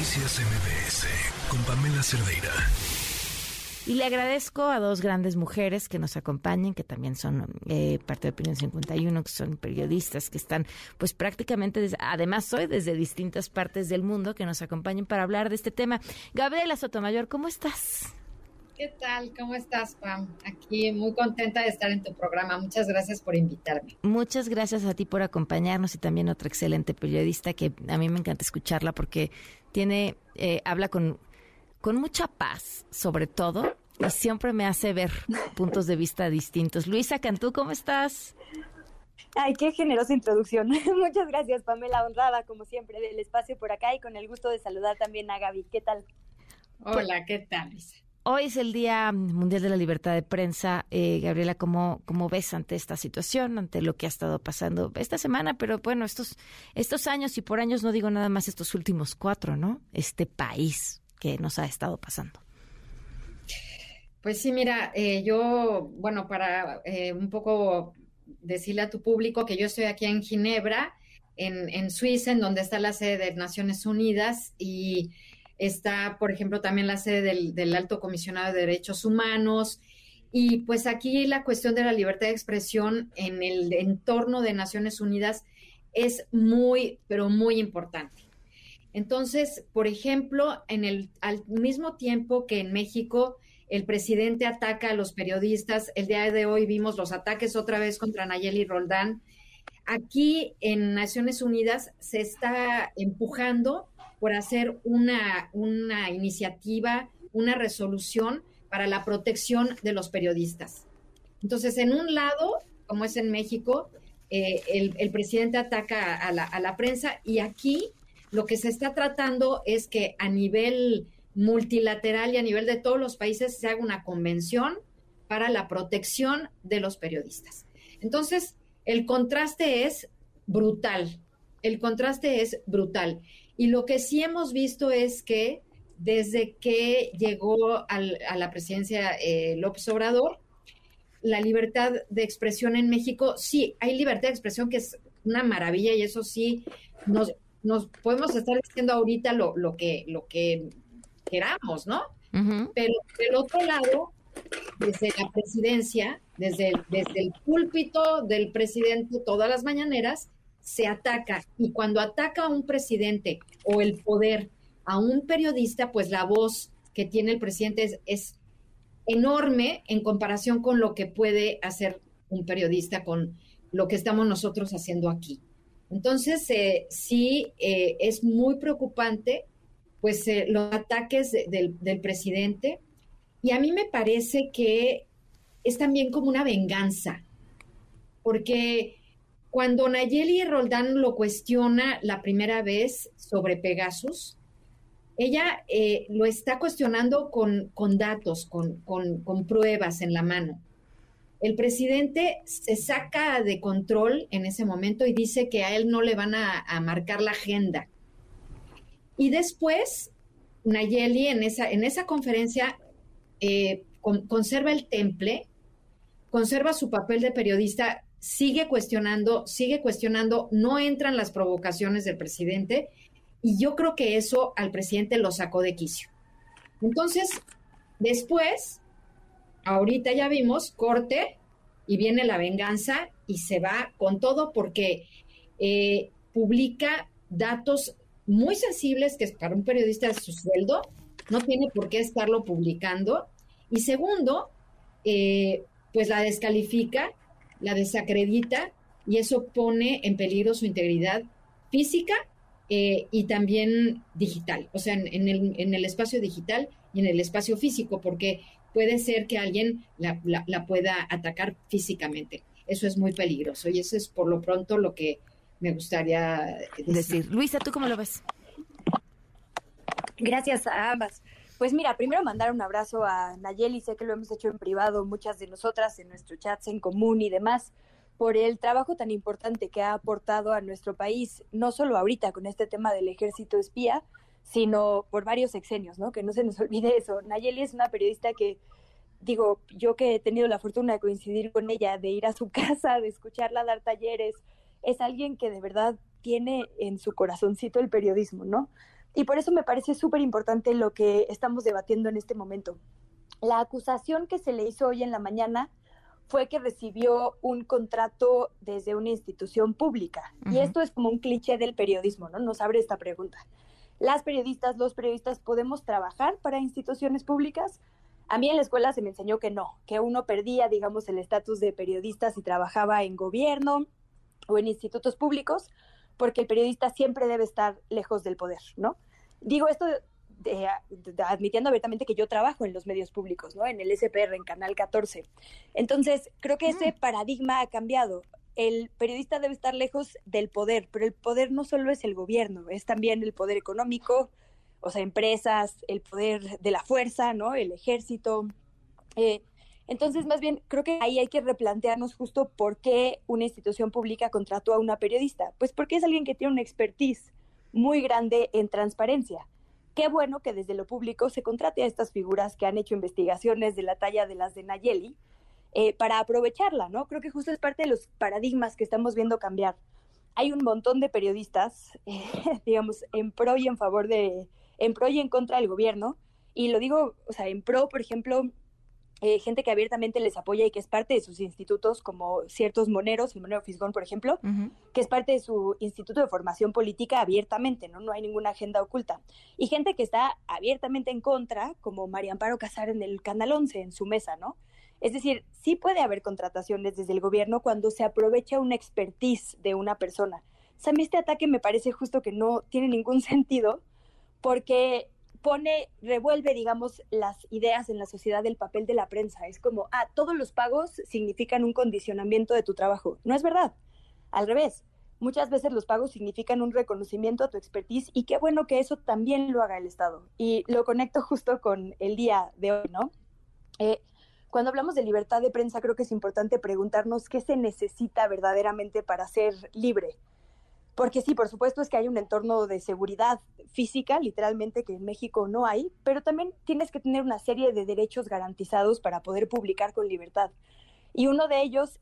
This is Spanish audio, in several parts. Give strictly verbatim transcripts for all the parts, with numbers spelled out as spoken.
Noticias M B S con Pamela Cerdeira. Y le agradezco a dos grandes mujeres que nos acompañen, que también son eh, parte de Opinión cincuenta y uno, que son periodistas, que están pues prácticamente, desde, además hoy desde distintas partes del mundo, que nos acompañen para hablar de este tema. Gabriela Sotomayor, ¿cómo estás? ¿Qué tal? ¿Cómo estás, Pam? Aquí muy contenta de estar en tu programa. Muchas gracias por invitarme. Muchas gracias a ti por acompañarnos y también otra excelente periodista que a mí me encanta escucharla porque tiene, eh, habla con... con mucha paz, sobre todo, y siempre me hace ver puntos de vista distintos. Luisa Cantú, ¿cómo estás? Ay, qué generosa introducción. Muchas gracias, Pamela, honrada, como siempre, del espacio por acá y con el gusto de saludar también a Gaby. ¿Qué tal? Hola, ¿qué tal, Luisa? Hoy es el Día Mundial de la Libertad de Prensa. Eh, Gabriela, ¿cómo, ¿cómo ves ante esta situación, ante lo que ha estado pasando esta semana? Pero bueno, estos, estos años, y por años no digo nada más estos últimos cuatro, ¿no? Este país que nos ha estado pasando. Pues sí, mira, eh, yo, bueno, para eh, un poco decirle a tu público que yo estoy aquí en Ginebra, en, en Suiza, en donde está la sede de Naciones Unidas, y está, por ejemplo, también la sede del, del Alto Comisionado de Derechos Humanos, y pues aquí la cuestión de la libertad de expresión en el entorno de Naciones Unidas es muy, pero muy importante. Entonces, por ejemplo, en el, al mismo tiempo que en México el presidente ataca a los periodistas, el día de hoy vimos los ataques otra vez contra Nayeli Roldán, aquí en Naciones Unidas se está empujando por hacer una, una iniciativa, una resolución para la protección de los periodistas. Entonces, en un lado, como es en México, eh, el, el presidente ataca a la, a la prensa, y aquí lo que se está tratando es que a nivel multilateral y a nivel de todos los países se haga una convención para la protección de los periodistas. Entonces, el contraste es brutal, el contraste es brutal. Y lo que sí hemos visto es que desde que llegó al, a la presidencia eh, López Obrador, la libertad de expresión en México, sí, hay libertad de expresión que es una maravilla, y eso sí, nos, nos podemos estar diciendo ahorita lo, lo, que, lo que queramos, ¿no? Uh-huh. Pero del otro lado, desde la presidencia, desde el, desde el púlpito del presidente, todas las mañaneras, se ataca. Y cuando ataca a un presidente o el poder a un periodista, pues la voz que tiene el presidente es, es enorme en comparación con lo que puede hacer un periodista, con lo que estamos nosotros haciendo aquí. Entonces, eh, sí, eh, es muy preocupante, pues, eh, los ataques de, del, del presidente, y a mí me parece que es también como una venganza, porque cuando Nayeli Roldán lo cuestiona la primera vez sobre Pegasus, ella eh, lo está cuestionando con, con datos, con, con, con pruebas en la mano. El presidente se saca de control en ese momento y dice que a él no le van a, a marcar la agenda. Y después, Nayeli en esa, en esa conferencia eh, con, conserva el temple, conserva su papel de periodista, sigue cuestionando, sigue cuestionando, no entran las provocaciones del presidente, y yo creo que eso al presidente lo sacó de quicio. Entonces, después, ahorita ya vimos, corte, y viene la venganza, y se va con todo porque eh, publica datos muy sensibles que para un periodista de su sueldo no tiene por qué estarlo publicando. Y segundo, eh, pues la descalifica, la desacredita, y eso pone en peligro su integridad física eh, y también digital, o sea, en, en, el, en el espacio digital y en el espacio físico, porque puede ser que alguien la, la, la pueda atacar físicamente. Eso es muy peligroso, y eso es por lo pronto lo que me gustaría decir. decir. Luisa, ¿tú cómo lo ves? Gracias a ambas. Pues mira, primero mandar un abrazo a Nayeli, sé que lo hemos hecho en privado muchas de nosotras en nuestros chats en común y demás, por el trabajo tan importante que ha aportado a nuestro país, no solo ahorita con este tema del ejército espía, sino por varios sexenios, ¿no? Que no se nos olvide eso. Nayeli es una periodista que, digo, yo que he tenido la fortuna de coincidir con ella, de ir a su casa, de escucharla dar talleres, es alguien que de verdad tiene en su corazoncito el periodismo, ¿no? Y por eso me parece súper importante lo que estamos debatiendo en este momento. La acusación que se le hizo hoy en la mañana fue que recibió un contrato desde una institución pública. Uh-huh. Y esto es como un cliché del periodismo, ¿no? Nos abre esta pregunta. ¿Las periodistas, los periodistas podemos trabajar para instituciones públicas? A mí en la escuela se me enseñó que no, que uno perdía, digamos, el estatus de periodista si trabajaba en gobierno o en institutos públicos, porque el periodista siempre debe estar lejos del poder, ¿no? Digo esto de, de, admitiendo abiertamente que yo trabajo en los medios públicos, ¿no? En el S P R, en Canal catorce. Entonces, creo que ese paradigma ha cambiado. El periodista debe estar lejos del poder, pero el poder no solo es el gobierno, es también el poder económico, o sea, empresas, el poder de la fuerza, ¿no? El ejército. Eh, entonces, más bien, creo que ahí hay que replantearnos justo por qué una institución pública contrató a una periodista. Pues porque es alguien que tiene una expertise muy grande en transparencia. Qué bueno que desde lo público se contrate a estas figuras que han hecho investigaciones de la talla de las de Nayeli, eh, para aprovecharla, ¿no? Creo que justo es parte de los paradigmas que estamos viendo cambiar. Hay un montón de periodistas, eh, digamos, en pro y en favor de, en pro y en contra del gobierno, y lo digo, o sea, en pro, por ejemplo, eh, gente que abiertamente les apoya y que es parte de sus institutos, como ciertos moneros, el Monero Fisgón, por ejemplo, uh-huh. que es parte de su instituto de formación política abiertamente, ¿no? No hay ninguna agenda oculta. Y gente que está abiertamente en contra, como María Amparo Casar en el Canal once, en su mesa, ¿no? Es decir, sí puede haber contrataciones desde el gobierno cuando se aprovecha una expertise de una persona. O sea, a mí este ataque me parece justo que no tiene ningún sentido, porque pone, revuelve, digamos, las ideas en la sociedad del papel de la prensa. Es como, ah, todos los pagos significan un condicionamiento de tu trabajo. No es verdad. Al revés. Muchas veces los pagos significan un reconocimiento a tu expertise, y qué bueno que eso también lo haga el Estado. Y lo conecto justo con el día de hoy, ¿no? Eh, Cuando hablamos de libertad de prensa, creo que es importante preguntarnos qué se necesita verdaderamente para ser libre. Porque sí, por supuesto es que hay un entorno de seguridad física, literalmente, que en México no hay, pero también tienes que tener una serie de derechos garantizados para poder publicar con libertad. Y uno de ellos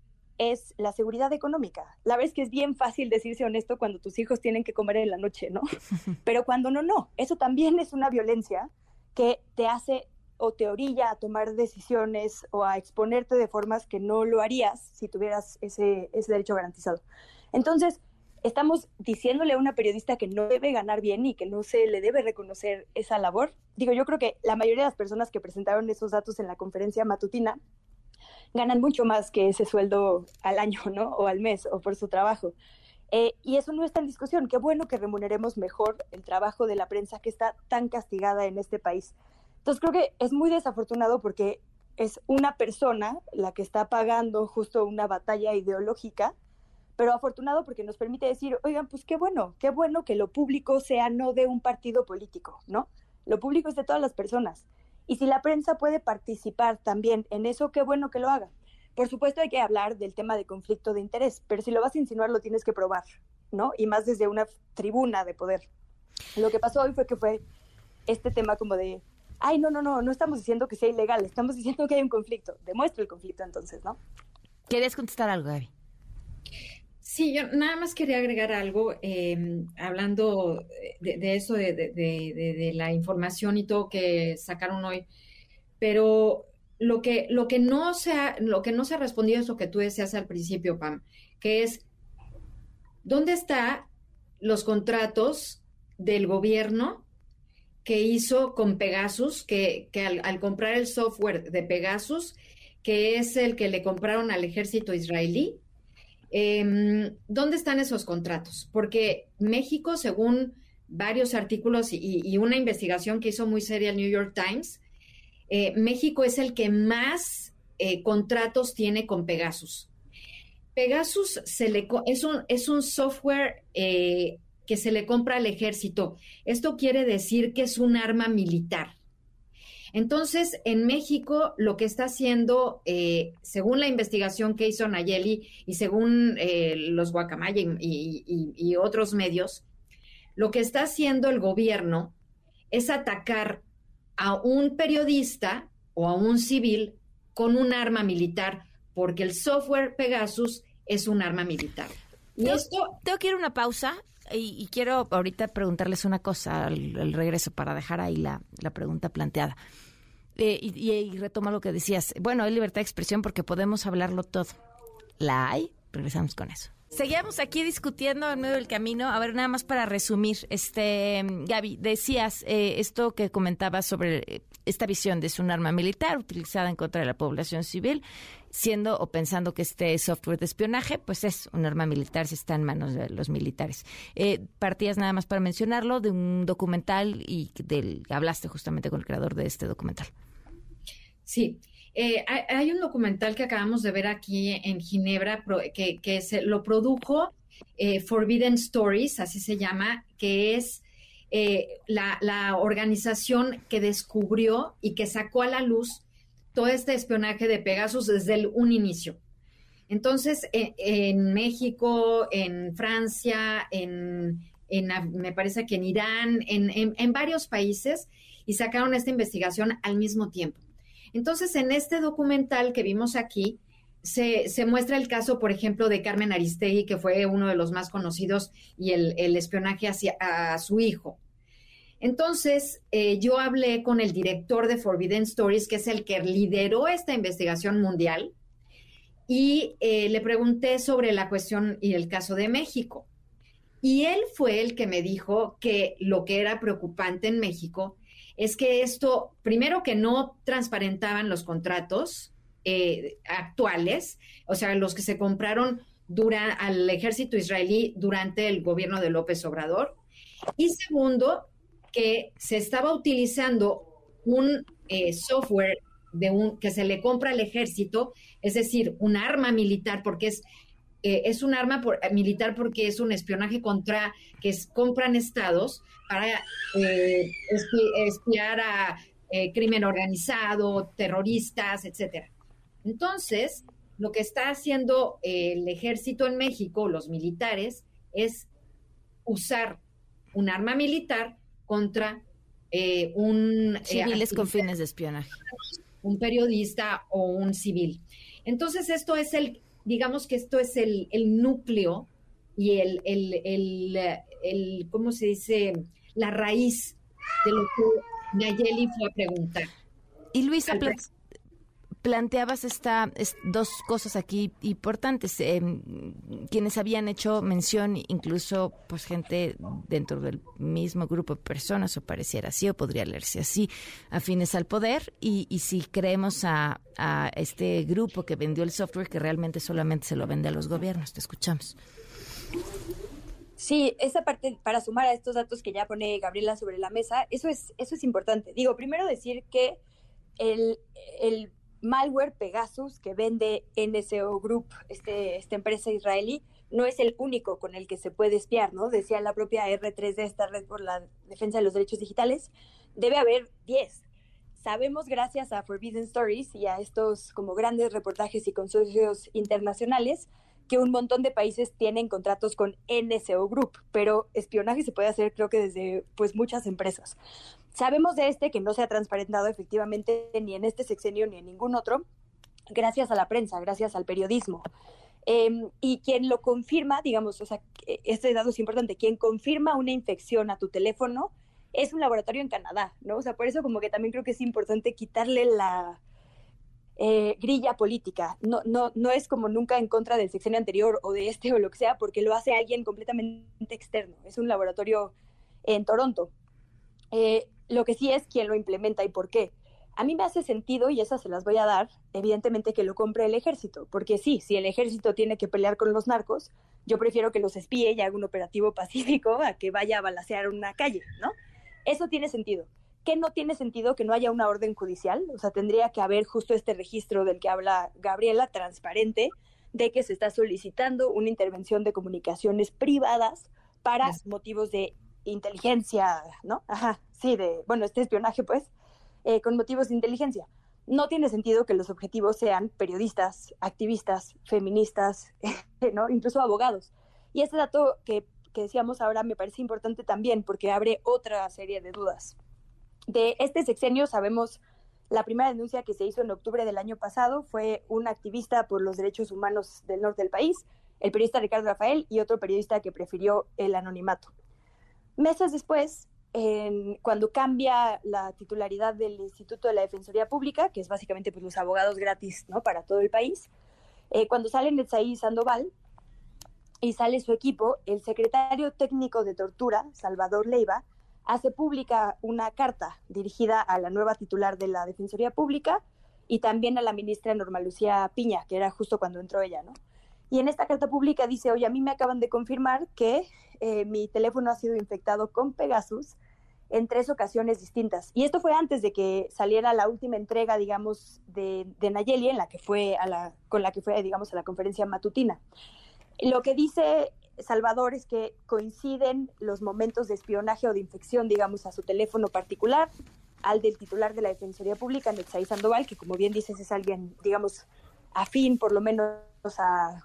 es la seguridad económica. La verdad es que es bien fácil decirse honesto cuando tus hijos tienen que comer en la noche, ¿no? Pero cuando no, no. Eso también es una violencia que te hace o te orilla a tomar decisiones o a exponerte de formas que no lo harías si tuvieras ese, ese derecho garantizado. Entonces, estamos diciéndole a una periodista que no debe ganar bien y que no se le debe reconocer esa labor. Digo, yo creo que la mayoría de las personas que presentaron esos datos en la conferencia matutina ganan mucho más que ese sueldo al año, ¿no? O al mes, o por su trabajo. Eh, y eso no está en discusión. Qué bueno que remuneremos mejor el trabajo de la prensa que está tan castigada en este país. Entonces creo que es muy desafortunado porque es una persona la que está pagando justo una batalla ideológica, pero afortunado porque nos permite decir, oigan, pues qué bueno, qué bueno que lo público sea no de un partido político, ¿no? Lo público es de todas las personas. Y si la prensa puede participar también en eso, qué bueno que lo haga. Por supuesto hay que hablar del tema de conflicto de interés, pero si lo vas a insinuar lo tienes que probar, ¿no? Y más desde una tribuna de poder. Lo que pasó hoy fue que fue este tema como de, ay, no, no, no, no estamos diciendo que sea ilegal, estamos diciendo que hay un conflicto. Demuestra el conflicto entonces, ¿no? ¿Querías contestar algo, Gaby? Sí, yo nada más quería agregar algo, eh, hablando de, de eso, de, de, de, de la información y todo que sacaron hoy, pero lo que, lo que no se ha, lo que no se ha respondido es lo que tú decías al principio, Pam, que es, ¿dónde están los contratos del gobierno que hizo con Pegasus, que, que al, al comprar el software de Pegasus, que es el que le compraron al ejército israelí? Eh, ¿Dónde están esos contratos? Porque México, según varios artículos y, y una investigación que hizo muy seria el New York Times, eh, México es el que más eh, contratos tiene con Pegasus. Pegasus se le, es, un, es un software eh, que se le compra al ejército. Esto quiere decir que es un arma militar. Entonces, en México, lo que está haciendo, eh, según la investigación que hizo Nayeli y según eh, los Guacamaya y, y, y otros medios, lo que está haciendo el gobierno es atacar a un periodista o a un civil con un arma militar, porque el software Pegasus es un arma militar. Y tengo, esto... Tengo que ir a una pausa. y, y quiero ahorita preguntarles una cosa al, al regreso para dejar ahí la, la pregunta planteada. Eh, y, y, y retomo lo que decías. Bueno, hay libertad de expresión porque podemos hablarlo todo. ¿La hay? Regresamos con eso. Seguíamos aquí discutiendo en medio del camino. A ver, nada más para resumir, este Gaby, decías eh, esto que comentabas sobre eh, esta visión de es un arma militar utilizada en contra de la población civil, siendo o pensando que este software de espionaje, pues es un arma militar si está en manos de los militares. Eh, partías nada más para mencionarlo de un documental y del hablaste justamente con el creador de este documental. Sí. Eh, hay, hay un documental que acabamos de ver aquí en Ginebra pro, que, que se, lo produjo eh, Forbidden Stories, así se llama, que es eh, la, la organización que descubrió y que sacó a la luz todo este espionaje de Pegasus desde el, un inicio. Entonces, eh, en México, en Francia, en, en, me parece que en Irán, en, en, en varios países, y sacaron esta investigación al mismo tiempo. Entonces, en este documental que vimos aquí, se, se muestra el caso, por ejemplo, de Carmen Aristegui, que fue uno de los más conocidos, y el, el espionaje hacia a su hijo. Entonces, eh, yo hablé con el director de Forbidden Stories, que es el que lideró esta investigación mundial, y eh, le pregunté sobre la cuestión y el caso de México. Y él fue el que me dijo que lo que era preocupante en México es que esto, primero que no transparentaban los contratos eh, actuales, o sea, los que se compraron dura, al ejército israelí durante el gobierno de López Obrador, y segundo, que se estaba utilizando un eh, software de un, que se le compra al ejército, es decir, un arma militar, porque es, eh, es un arma por, militar porque es un espionaje contra, que es, compran estados, para eh, espi- espiar a eh, crimen organizado, terroristas, etcétera. Entonces, lo que está haciendo eh, el ejército en México, los militares, es usar un arma militar contra eh, un... Civiles eh, con fines de espionaje. Un periodista o un civil. Entonces, esto es el, digamos que esto es el, el núcleo y el, el, el, el, ¿cómo se dice?, la raíz de lo que Nayeli fue a preguntar. Y Luisa, pla- planteabas esta, es, dos cosas aquí importantes. Eh, quienes habían hecho mención, incluso pues gente dentro del mismo grupo de personas, o pareciera así, o podría leerse así, afines al poder, y, y si creemos a, a este grupo que vendió el software, que realmente solamente se lo vende a los gobiernos. Te escuchamos. Sí, esa parte, para sumar a estos datos que ya pone Gabriela sobre la mesa, eso es, eso es importante. Digo, primero decir que el, el malware Pegasus que vende N S O Group, este, esta empresa israelí, no es el único con el que se puede espiar, ¿no? Decía la propia R tres D, esta Red por la Defensa de los Derechos Digitales, debe haber diez. Sabemos, gracias a Forbidden Stories y a estos como grandes reportajes y consorcios internacionales, que un montón de países tienen contratos con N S O Group, pero espionaje se puede hacer, creo que desde pues muchas empresas. Sabemos de este que no se ha transparentado efectivamente ni en este sexenio ni en ningún otro, gracias a la prensa, gracias al periodismo. Eh, y quien lo confirma, digamos, o sea, este dato es importante, quien confirma una infección a tu teléfono es un laboratorio en Canadá, ¿no? O sea, por eso como que también creo que es importante quitarle la... Eh, grilla política, no, no, no es como nunca en contra del sexenio anterior o de este o lo que sea, porque lo hace alguien completamente externo, es un laboratorio en Toronto. Eh, lo que sí es quién lo implementa y por qué. A mí me hace sentido, y esas se las voy a dar, evidentemente que lo compre el ejército, porque sí, si el ejército tiene que pelear con los narcos, yo prefiero que los espíe y haga un operativo pacífico a que vaya a balacear una calle, ¿no? Eso tiene sentido. ¿Qué no tiene sentido? Que no haya una orden judicial, o sea, tendría que haber justo este registro del que habla Gabriela, transparente, de que se está solicitando una intervención de comunicaciones privadas para sí. motivos de inteligencia, ¿no? Ajá, sí, de, bueno, este espionaje, pues, eh, con motivos de inteligencia. No tiene sentido que los objetivos sean periodistas, activistas, feministas, ¿no? Incluso abogados. Y este dato que, que decíamos ahora me parece importante también, porque abre otra serie de dudas. De este sexenio sabemos, la primera denuncia que se hizo en octubre del año pasado fue un activista por los derechos humanos del norte del país, el periodista Ricardo Rafael y otro periodista que prefirió el anonimato. Meses después, en, cuando cambia la titularidad del Instituto de la Defensoría Pública, que es básicamente pues, los abogados gratis, ¿no?, para todo el país, eh, cuando sale Netzaí Sandoval y sale su equipo, el secretario técnico de tortura, Salvador Leiva, hace pública una carta dirigida a la nueva titular de la Defensoría Pública y también a la ministra Norma Lucía Piña, que era justo cuando entró ella, ¿no? Y en esta carta pública dice, oye, a mí me acaban de confirmar que eh, mi teléfono ha sido infectado con Pegasus en tres ocasiones distintas. Y esto fue antes de que saliera la última entrega, digamos, de, de Nayeli, en la que fue a la, con la que fue, digamos, a la conferencia matutina. Lo que dice Salvador es que coinciden los momentos de espionaje o de infección, digamos, a su teléfono particular, al del titular de la Defensoría Pública, Netzaí Sandoval, que como bien dices es alguien, digamos, afín por lo menos a,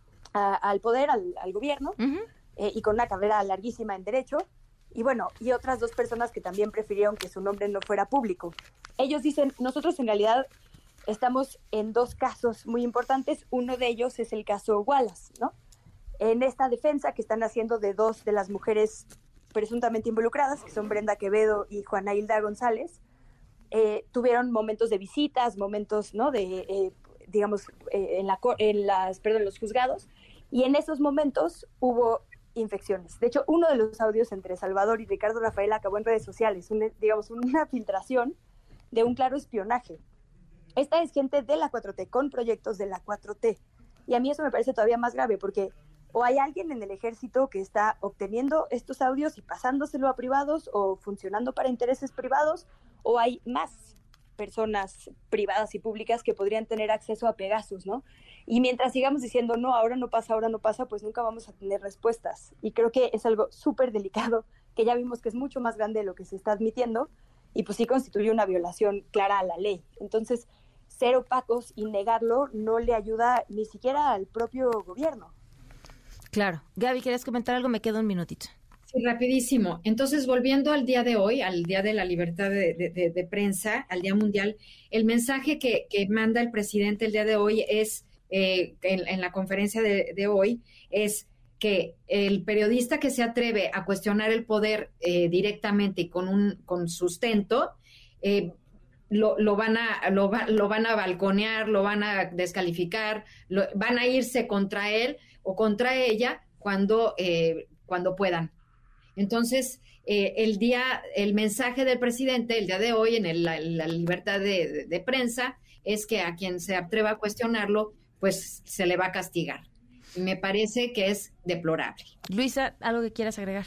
a, al poder, al, al gobierno, uh-huh. eh, y con una carrera larguísima en Derecho, y bueno, y otras dos personas que también prefirieron que su nombre no fuera público. Ellos dicen, nosotros en realidad estamos en dos casos muy importantes, uno de ellos es el caso Wallace, ¿no? En esta defensa que están haciendo de dos de las mujeres presuntamente involucradas, que son Brenda Quevedo y Juana Hilda González, eh, tuvieron momentos de visitas, momentos, ¿no?, de, eh, digamos, eh, en, la, en, las, perdón, los juzgados, y en esos momentos hubo infecciones. De hecho, uno de los audios entre Salvador y Ricardo Rafael acabó en redes sociales, un, digamos, una filtración de un claro espionaje. Esta es gente de la cuatro T, con proyectos de la cuatro T, y a mí eso me parece todavía más grave, porque o hay alguien en el ejército que está obteniendo estos audios y pasándoselo a privados o funcionando para intereses privados, o hay más personas privadas y públicas que podrían tener acceso a Pegasus, ¿no? Y mientras sigamos diciendo, no, ahora no pasa, ahora no pasa, pues nunca vamos a tener respuestas. Y creo que es algo súper delicado, que ya vimos que es mucho más grande de lo que se está admitiendo, y pues sí constituye una violación clara a la ley. Entonces, ser opacos y negarlo no le ayuda ni siquiera al propio gobierno. Claro. Gaby, ¿quieres comentar algo? Me queda un minutito. Sí, rapidísimo. Entonces, volviendo al día de hoy, al Día de la Libertad de, de, de, de Prensa, al Día Mundial, el mensaje que, que manda el presidente el día de hoy es, eh, en, en la conferencia de, de hoy, es que el periodista que se atreve a cuestionar el poder eh, directamente y con un con sustento, eh, Lo, lo van a lo, va, lo van a balconear, lo van a descalificar, lo, van a irse contra él o contra ella cuando eh, cuando puedan. Entonces, eh, el día, el mensaje del presidente el día de hoy en el, la, la libertad de, de, de prensa es que a quien se atreva a cuestionarlo, pues se le va a castigar. Y me parece que es deplorable. Luisa, ¿algo que quieras agregar?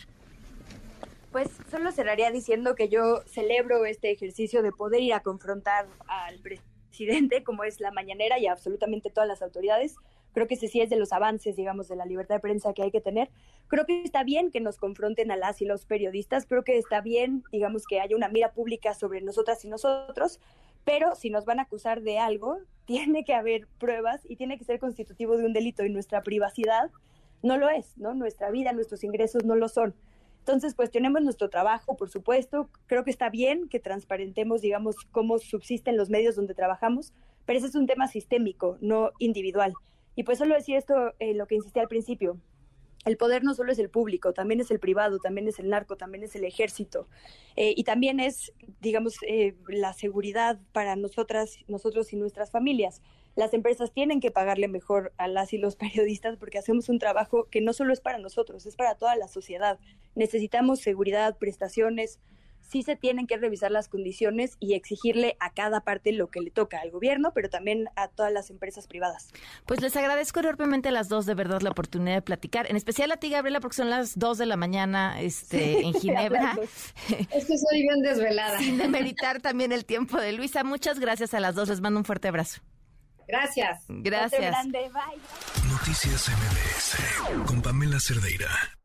Pues solo cerraría diciendo que yo celebro este ejercicio de poder ir a confrontar al presidente, como es la mañanera, y a absolutamente todas las autoridades. Creo que ese sí es de los avances, digamos, de la libertad de prensa que hay que tener. Creo que está bien que nos confronten a las y los periodistas. Creo que está bien, digamos, que haya una mira pública sobre nosotras y nosotros. Pero si nos van a acusar de algo, tiene que haber pruebas y tiene que ser constitutivo de un delito. Y nuestra privacidad no lo es, ¿no? Nuestra vida, nuestros ingresos no lo son. Entonces, cuestionemos nuestro trabajo, por supuesto. Creo que está bien que transparentemos, digamos, cómo subsisten los medios donde trabajamos, pero ese es un tema sistémico, no individual. Y pues solo decir esto, eh, lo que insistí al principio. El poder no solo es el público, también es el privado, también es el narco, también es el ejército. Eh, y también es, digamos, eh, la seguridad para nosotras, nosotros y nuestras familias. Las empresas tienen que pagarle mejor a las y los periodistas porque hacemos un trabajo que no solo es para nosotros, es para toda la sociedad. Necesitamos seguridad, prestaciones. Sí se tienen que revisar las condiciones y exigirle a cada parte lo que le toca al gobierno, pero también a todas las empresas privadas. Pues les agradezco enormemente a las dos, de verdad, la oportunidad de platicar. En especial a ti, Gabriela, porque son las dos de la mañana este, en Ginebra. Es que soy bien desvelada. Sin demeritar también el tiempo de Luisa. Muchas gracias a las dos. Les mando un fuerte abrazo. Gracias. Gracias. Grande, bye. Noticias M B S con Pamela Cerdeira.